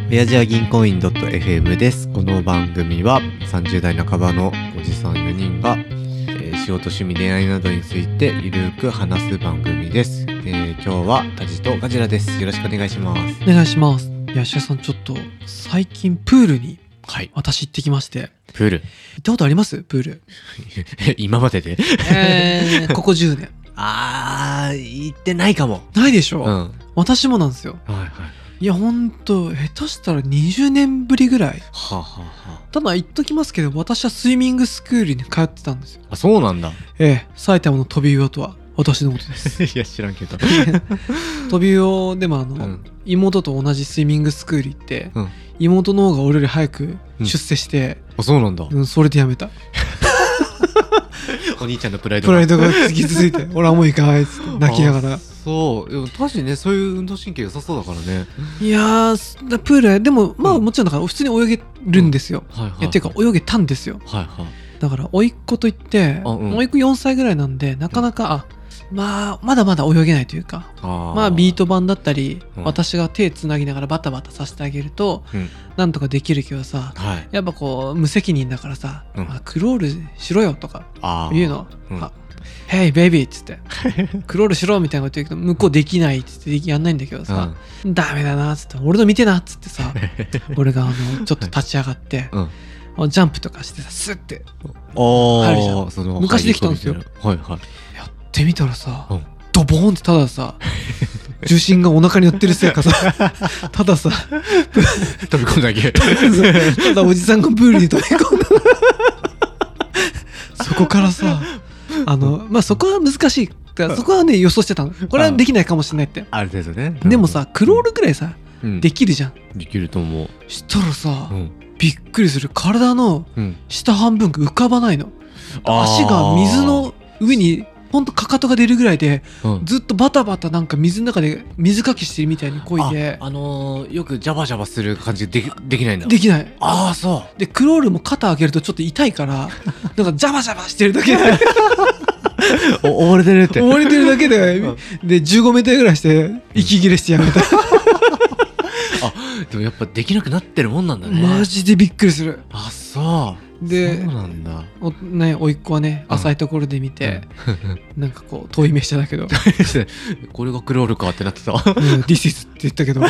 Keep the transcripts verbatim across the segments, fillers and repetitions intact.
親父は銀行員 .fm です。この番組はさんじゅう代半ばのおじさんよにんが、えー、仕事、趣味、恋愛などについてゆるく話す番組です。えー、今日はタジとガジラです。よろしくお願いします。 お願いします。いや、しゅうさん、ちょっと最近プールに私行ってきまして、はい、 プール行ったことあります？プール今まででえー、ここじゅうねんあー行ってないかも。 ないでしょ、 うん、 私もなんですよ。 はいはい。 いや、ほんと下手したらにじゅうねんぶりぐらい。 はあ、はあ、 ただ言っときますけど、私はスイミングスクールに通ってたんですよ。 あ、そうなんだ。 ええ、埼玉の飛び魚とは私のことですいや知らんけど飛び魚でもあの、うん、妹と同じスイミングスクール行って、うん、妹の方が俺より早く出世して、 うん、あ、そうなんだ、 うん、それでやめたお兄ちゃんのプライドがプライドが突き続いて俺はもう行かないっつって泣きながら。 そうでも確かにね、そういう運動神経良さそうだからね。 いやー、プールでもまあ、うん、もちろんだから普通に泳げるんですよ、うん、はいはいはい、いやっていうか泳げたんですよ、はいはい、だから甥っ子といって、うん、甥っ子よんさいぐらいなんでなかなか、うん、あまあまだまだ泳げないというか、あまあビート板だったり、うん、私が手つなぎながらバタバタさせてあげると、うん、なんとかできるけどさ、はい、やっぱこう無責任だからさ、うん、まあ、クロールしろよとか言うの、うん、あヘイベイビーっつってクロールしろみたいなこと言うけど向こうできないっつってやんないんだけどさ、うん、ダメだなっつって俺の見てなっつってさ俺があのちょっと立ち上がって、うん、ジャンプとかしてさスッて入るじゃん。その昔できたんですよ。はいはい。やってみたらさ、うん、ドボーンってたださ重心がお腹に乗ってるせいかさたださ飛び込んだけただおじさんがプールに飛び込んだそこからさあのまあそこは難しい、そこはね予想してたの、これはできないかもしれないって、 ある程度ね。 でもさクロールぐらいさ、うん、できるじゃん。 できると思う。 したらさ、うん、びっくりする、体の下半分が浮かばないの、うん、足が水の上にほんとかかとが出るぐらいで、うん、ずっとバタバタなんか水の中で水かきしてるみたいに漕いで、 あ、あのー、よくジャバジャバする感じで き, できないんだ。 できない。 ああそうでクロールも肩上げるとちょっと痛いからなんかジャバジャバしてるだけで溺れてるって溺れてるだけで、うん、でじゅうごメートルぐらいして息切れしてやめた、うん、 あでもやっぱできなくなってるもんなんだね。 マジでびっくりする。 あそうで、 そうなんだ。 おね、甥っ子はね、浅いところで見て、うん、なんかこう遠い目してたけどこれがクロールかってなってた、うん、 This is って言ったけど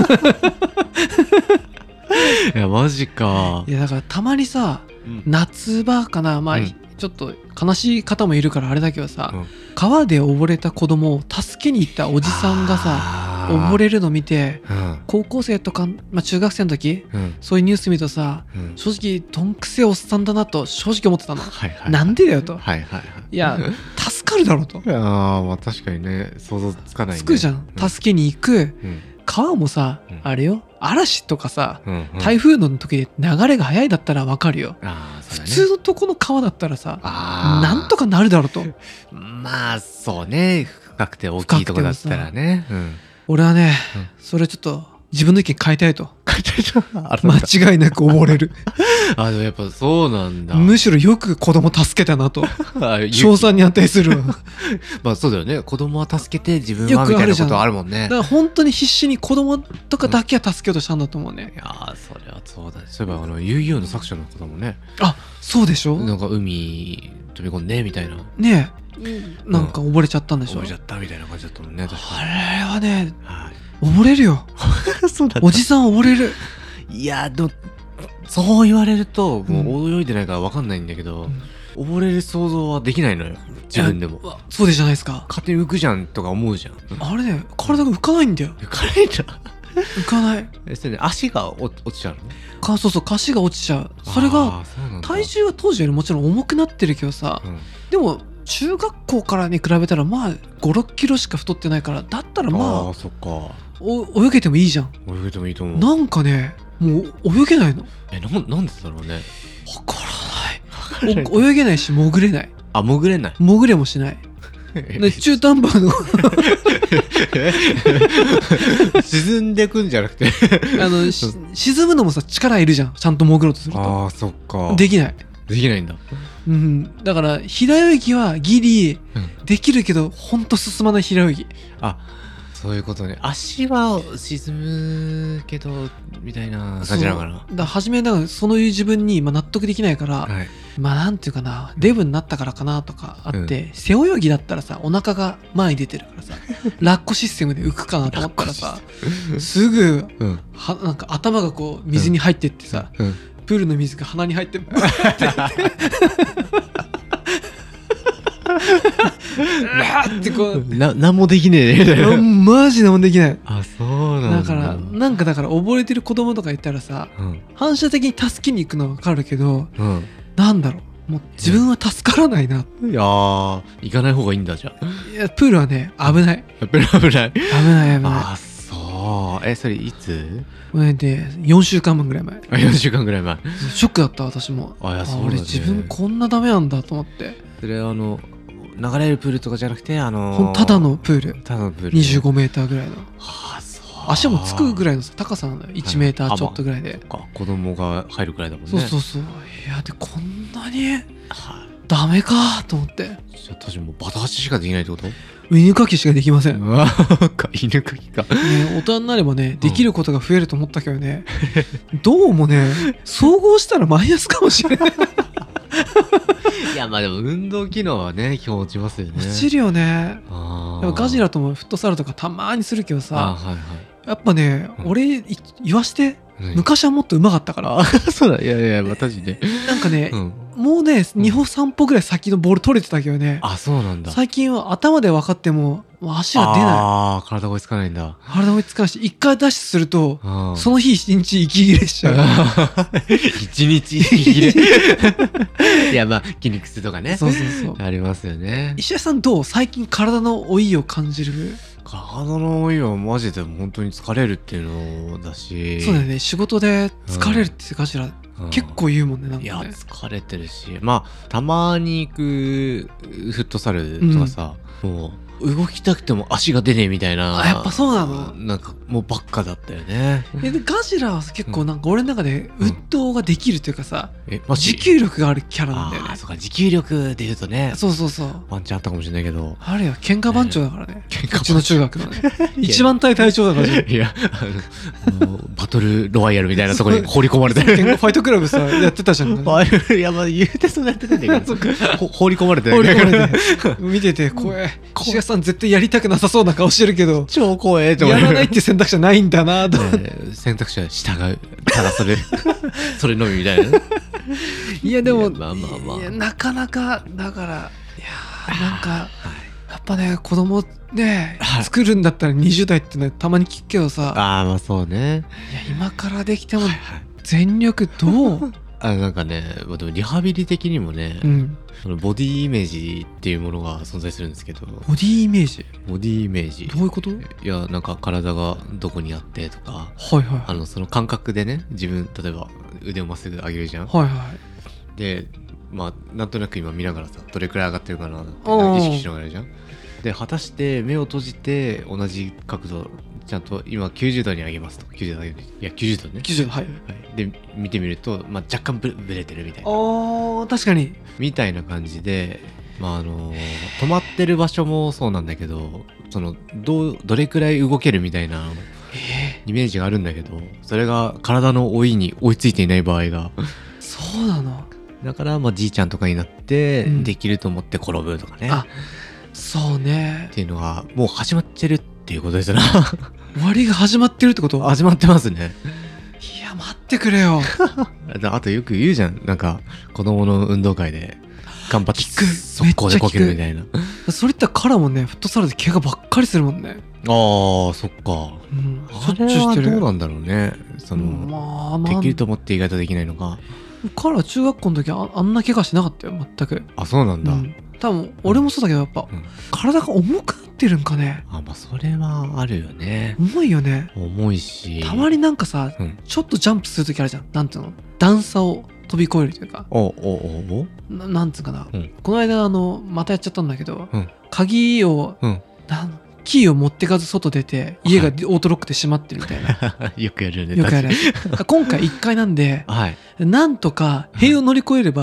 いやマジか。 いやだからたまにさ、うん、夏場かな、まあ、うん、ちょっと悲しい方もいるからあれだけどさ、うん、川で溺れた子供を助けに行ったおじさんがさ溺れるの見て、うん、高校生とか、まあ、中学生の時、うん、そういうニュース見るとさ、うん、正直どんくせえおっさんだなと正直思ってたの、はいはいはい、なんでだよと、はいはいはい、いや助かるだろうと。 いやまあ確かにね想像つかないね。 つくじゃん、うん、助けに行く、うん、川もさ、うん、あれよ嵐とかさ、うんうん、台風の時で流れが速いだったら分かるよ。あ、そうだね、普通のとこの川だったらさなんとかなるだろうと。 まあそうね、深くて大きいとこだったらね、うん、俺はね、うん、それちょっと自分の意見変えたいと。変えたいと間違いなく溺れるあでもやっぱそうなんだ。 むしろよく子供助けたなと称賛に値するまあそうだよね、子供は助けて自分はみたいなことあるもんね。 だから本当に必死に子供とかだけは助けようとしたんだと思うね、うん、いやそれはそうだね。そういえばあの遊戯王の作者の方もね、 あそうでしょ、 なんか海飛び込んでみたいなねえ、なんか溺れちゃったんでしょ、 溺れちゃったみたいな感じだったもんね。確かにあれはね、はい、溺れるよそうだおじさん溺れる。 いやでもそう言われるともう泳いでないから分かんないんだけど、うん、溺れる想像はできないのよ自分でも。 そうでじゃないですか。 勝手に浮くじゃんとか思うじゃん。 あれね、体が浮かないんだよ。 浮かないんだ浮かない。 えそれ、ね、足が落ちちゃうのか。そうそう、下肢が落ちちゃう。それが体重は当時よりもちろん重くなってるけどさ、うん、でも中学校からに比べたらまあご、ろっキロしか太ってないから、だったらまあ、 あそっか、 お泳げてもいいじゃん。 泳げてもいいと思う。 なんかねもう泳げないの。 え な, なんでだろうね。 わからないお泳げないし潜れない。 あ潜れない。 潜れもしないで中途半端の沈んでくんじゃなくてあの沈むのもさ力いるじゃん、ちゃんと潜ろうとすると。 ああそっか、 できないできないんだ。 うん、だから平泳ぎはギリできるけど、うん、ほんと進まない平泳ぎ。 あそういうことね。足は沈むけどみたいな感じなのかな。 だから初めなんかそういう自分にまあ納得できないから、はい、まあなんていうかな、デブになったからかなとかあって、うん、背泳ぎだったらさお腹が前に出てるからさラッコシステムで浮くかなと思ったらさすぐ、うん、はなんか頭がこう水に入ってってさ、うんうん、プールの水が鼻に入ってってこうな何もできねえねマジ何もできない。 あ、そうなんだ。 だからなんかだから溺れてる子供とかいたらさ、うん、反射的に助けに行くのは分かるけど、うん、なんだろう、もう自分は助からないな。 いやー、行かない方がいいんだじゃあ。 いやプールはね危ない。 危ない危ない危ない危ない。 あ、そう。え、それいつ？ でよんしゅうかんぐらい前。 あ、よんしゅうかんぐらい前。 ショックだった私も。 あ、いや、そうだね。 俺自分こんなダメなんだと思って。 それあの流れるプールとかじゃなくて、あのー、 ただのプール。 ただのプール、ね。 にじゅうごメーターぐらいの。 はあ、そう。 足もつくぐらいの高さなんだよ。いちメーターちょっとぐらいで。 はい、まあ、子供が入るぐらいだもんね。 そうそうそう。いやでこんなに、はあ、ダメかと思って。 じゃあ私もうバタ足しかできないってこと？ 犬かきしかできません。 うわ犬かきか。ね、 大人になればね、できることが増えると思ったけどね、うん、どうもね、総合したらマイナスかもしれない。 いや、まあでも運動機能はね、基本落ちますよね。 落ちるよね。あ、でもガジラともフットサルとかたまーにするけどさ、あ、はいはい、やっぱね、うん、俺言わして、うん、昔はもっと上手かったから。 そうだ、いやいや、私ね。 なんかね、うん、もうね、にほさんぽぐらい先のボール取れてたけどね。 あ、そうなんだ。 最近は頭で分かっても、もう足が出ない。 ああ、体追いつかないんだ。 体追いつかないし、一回ダッシュすると、その日一日息切れしちゃう。 一日息切れ。いや、まあ、筋肉痛とかね。 そうそうそう。 ありますよね。 石田さんどう？最近体の老いを感じる？ 体の老いはマジで本当に疲れるっていうのだし。 そうだよね。仕事で疲れるってガジラ、うん、結構言うもんね。なんかね。 いや、疲れてるし、まあたまに行くフットサルとかさ、うん、もう動きたくても足が出ねえみたいな。 あ、やっぱそうなの？ なんかもうばっかだったよね。 え、でガジラは結構なんか俺の中で運動ができるというかさ、うん、え、まあ、持久力があるキャラなんだよね。 あ、そうか、持久力で言うとね。 そうそうそう。 ワンチャンあったかもしれないけど。 あれよ、喧嘩番長だからね。喧嘩うちの中学のね。一番隊隊長だから。 いや、あのバトルロワイヤルみたいなところに放り込まれてる。 ファイトクラブさやってたじゃん。 いや、まあ言うてそうやってたんだけど。放り込まれてる。放り込まれて。 見てて怖い。石田さん絶対やりたくなさそうな顔してるけど、 超怖え。 やらないって選択肢はないんだなと。 選択肢は従う。ただそれそれのみみたいな。 いやでも、 まあまあまあ、 いやなかなかだから、いやなんか、はい、やっぱね子供ね、はい、作るんだったらにじゅう代ってねたまに聞くけどさ、 ああ、まあそうね。 いや今からできても全力どう？ あ、なんかね、でもリハビリ的にもね、うん、そのボディイメージっていうものが存在するんですけど。 ボディイメージ？ ボディイメージ。 どういうこと？いや、なんか体がどこにあってとか、 はいはい、 あのその感覚でね、自分例えば腕をまっすぐ上げるじゃん。 はいはい。 で、まあなんとなく今見ながらさ、どれくらい上がってるかなって意識しながらやるじゃん。で、果たして目を閉じて同じ角度ちゃんと今きゅうじゅうどに上げますと、きゅうじゅうど上げる、いやきゅうじゅうどね、 きゅうじゅうど、はい、はい、 で見てみると、まあ、若干ブレ、ブレてるみたいな。 ああ、確かにみたいな感じで、まああのー、止まってる場所もそうなんだけど、そのどうどれくらい動けるみたいなイメージがあるんだけど、それが体の老いに追いついていない場合がそうなの。 だからまあじいちゃんとかになって、うん、できると思って転ぶとかね。 あ、そうね。 っていうのがもう始まってるっていうことですな。 終わりが始まってるってこと？ 始まってますね。 いや待ってくれよ。 あとよく言うじゃん、なんか子供の運動会で頑張って速攻でこけるみたいな。 それって彼もね、フットサルで怪我ばっかりするもんね。 ああ、そっか。 うん、 そっちはどうなんだろうね。その、まあ、できると思って意外とできないのか。 彼は中学校の時 あ, あんな怪我しなかったよ、全く。 あ、そうなんだ。うん、 多分俺もそうだけど、やっぱ、うん、体が重くなってるんかね。 あ、まあそれはあるよね。 重いよね。 重いし、 たまになんかさ、うん、ちょっとジャンプする時あるじゃん。なんていうの、段差を飛び越えるというか、 おおおおな, なんつうかな、うん、この間あのまたやっちゃったんだけど、うん、鍵を、うん、なんキーを持ってかず外出て、家がオートロックで閉まってるみたいな、 はい、よくやるよね。 よくやる。今回いっかいなんで、はい、なんとか塀を乗り越えれば、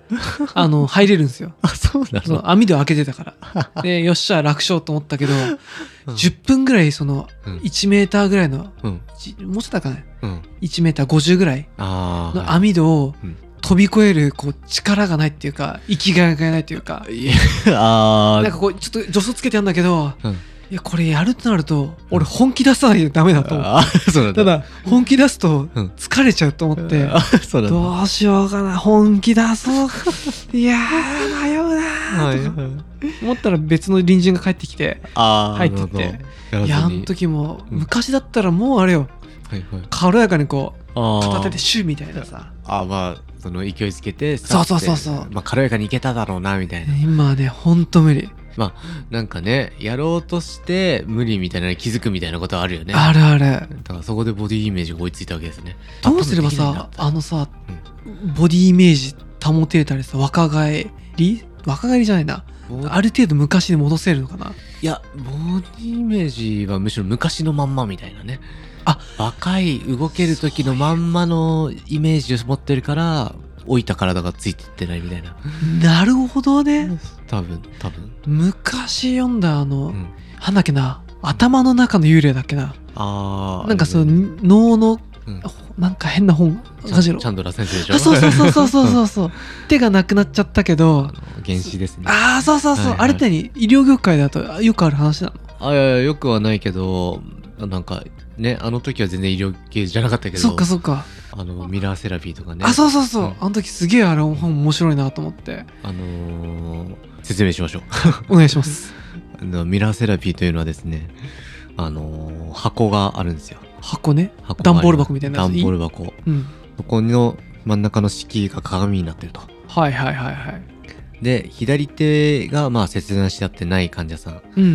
あの入れるんですよ。 あ、そうなの。 網戸開けてたからでよっしゃ楽勝と思ったけど、うん、じゅっぷんぐらいそのいちメーターぐらいの、うん、もうちょっとかね、うん、いちメーターごじゅうぐらいの網戸を飛び越えるこう力がないっていうか生きがいがないっていうか、あなんかこうちょっと助走つけてやるんだけど、うん、いやこれやるとなると俺本気出さないとダメだと思って、うん、ただ本気出すと疲れちゃうと思って、うん、そうだどうしようかな本気出そういやー迷うなーとか思ったら別の隣人が帰ってきて入ってっていやあの時も昔だったらもうあれよ、はいはい、軽やかにこう片手でシューみたいなさあまあその勢いつけてそうそうそうそう、 まあ、軽やかにいけただろうなみたいな。 今はねほんと無理。 まあなんかねやろうとして無理みたいな気づくみたいなことはあるよね。 あるある。 だからそこでボディイメージが追いついたわけですね。 どうすればさあのさ、うん、ボディイメージ保てたりさ若返り若返りじゃないなある程度昔に戻せるのかな。 いやボディイメージはむしろ昔のまんまみたいなね。あ若い動ける時のまんまのイメージを持ってるから老いた体がついてってないみたいな。 なるほどね。 多分多分昔読んだあの、うん、なんだっけな頭の中の幽霊だっけなあなんかその脳の、うん、なんか変な本チャンドラ先生でしょ。 あそうそうそうそうそうそうそう手がなくなっちゃったけど原子ですね。 ああそうそうそう、はいはい、あれってに医療業界だとよくある話なの。 あいやいやよくはないけどなんかねあの時は全然医療系じゃなかったけどそっかそっかあのミラーセラピーとかねあそうそうそう、うん、あの時すげえあれ本面白いなと思ってあのー、説明しましょうお願いしますあのミラーセラピーというのはですねあのー、箱があるんですよ。 箱ね段ボール箱みたいなやつ。 段ボール箱、うん、そこの真ん中の敷居が鏡になってると。 はいはいはいはいで左手がまあ切断し合ってない患者さん、うんうん、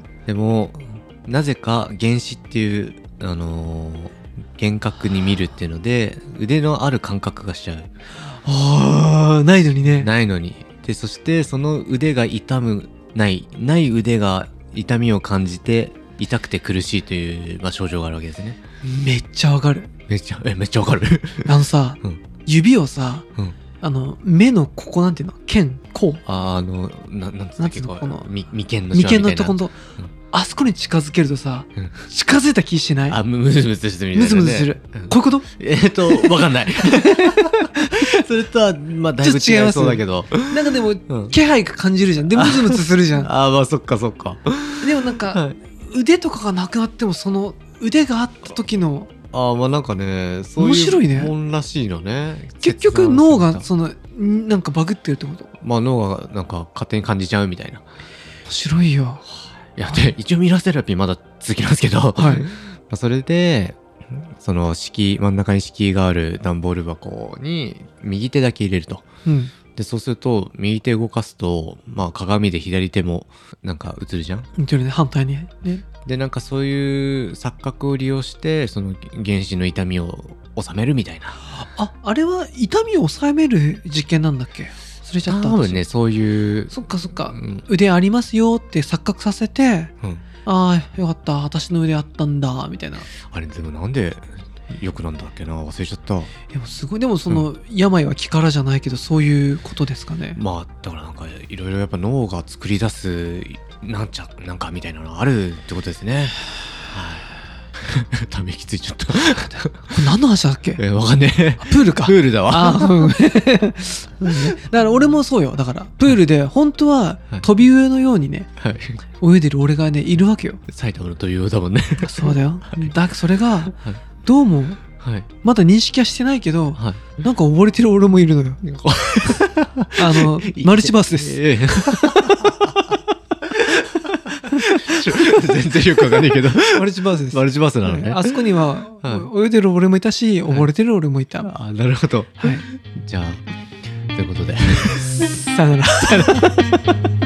でもなぜか原子っていうあのー、幻覚に見るっていうので腕のある感覚がしちゃう。 あーないのにね。 ないのに。でそしてその腕が痛むないない腕が痛みを感じて痛くて苦しいという、まあ、症状があるわけですね。 めっちゃわかる。 めっちゃえめっちゃわかるあのさ、うん、指をさ、うん、あの目のここなんていうの剣こうああのななんつったっけこの眉間の眉間のところあそこに近づけるとさ、うん、近づいた気しない？ あ、ムズムズするみたいな、ね。 ムズムズする。うん、こういうこと？ えーっと、わかんない。それとは、まあ、だいぶ違いそうだけど。 なんかでも、うん、気配が感じるじゃん。で、ムズムズするじゃん。 ああ、まあ、そっかそっか。 でもなんか、はい、腕とかがなくなっても、その腕があった時の、 ああ、まあなんかね、そういうもんらしいのね。 結局、脳が、その、なんかバグってるってこと？ まあ、脳がなんか勝手に感じちゃうみたいな。 面白いよ。 いやで一応ミラーセラピーまだ続きますけど、はい、それでその敷居真ん中に敷居がある段ボール箱に右手だけ入れると、うん、でそうすると右手動かすと、まあ、鏡で左手もなんか映るじゃん。 映るね反対にね。 でなんかそういう錯覚を利用してその原子の痛みを収めるみたいな。 ああれは痛みを収める実験なんだっけ？忘れちゃった。 多分ねそういうそっかそっか、うん、腕ありますよって錯覚させて、うん、ああよかった私の腕あったんだみたいな。 あれでもなんでよくなんだっけな忘れちゃった。 でもすごいでもその、うん、病は気からじゃないけどそういうことですかね。 まあだからなんかいろいろやっぱ脳が作り出すなんちゃなんかみたいなのあるってことですね。はいため息ついちゃったこれ何の話だっけ？ えわかんねえ。 プールか。 プールだわ。あうん、だから俺もそうよ。だからプールで本当は飛び上のようにね、はい、泳いでる俺がねいるわけよ。 埼玉の飛び上だもんね。 そうだよ。だそれが、はい、どうも、はい、まだ認識はしてないけど、はい、なんか溺れてる俺もいるのよ。あのマルチバースです。ええ全然よくわかんないけどマルチバースです。 マルチバースなのね。 あそこには、はい、泳いでる俺もいたし溺れてる俺もいた、はい、 あなるほど、はい、じゃあということでさよなら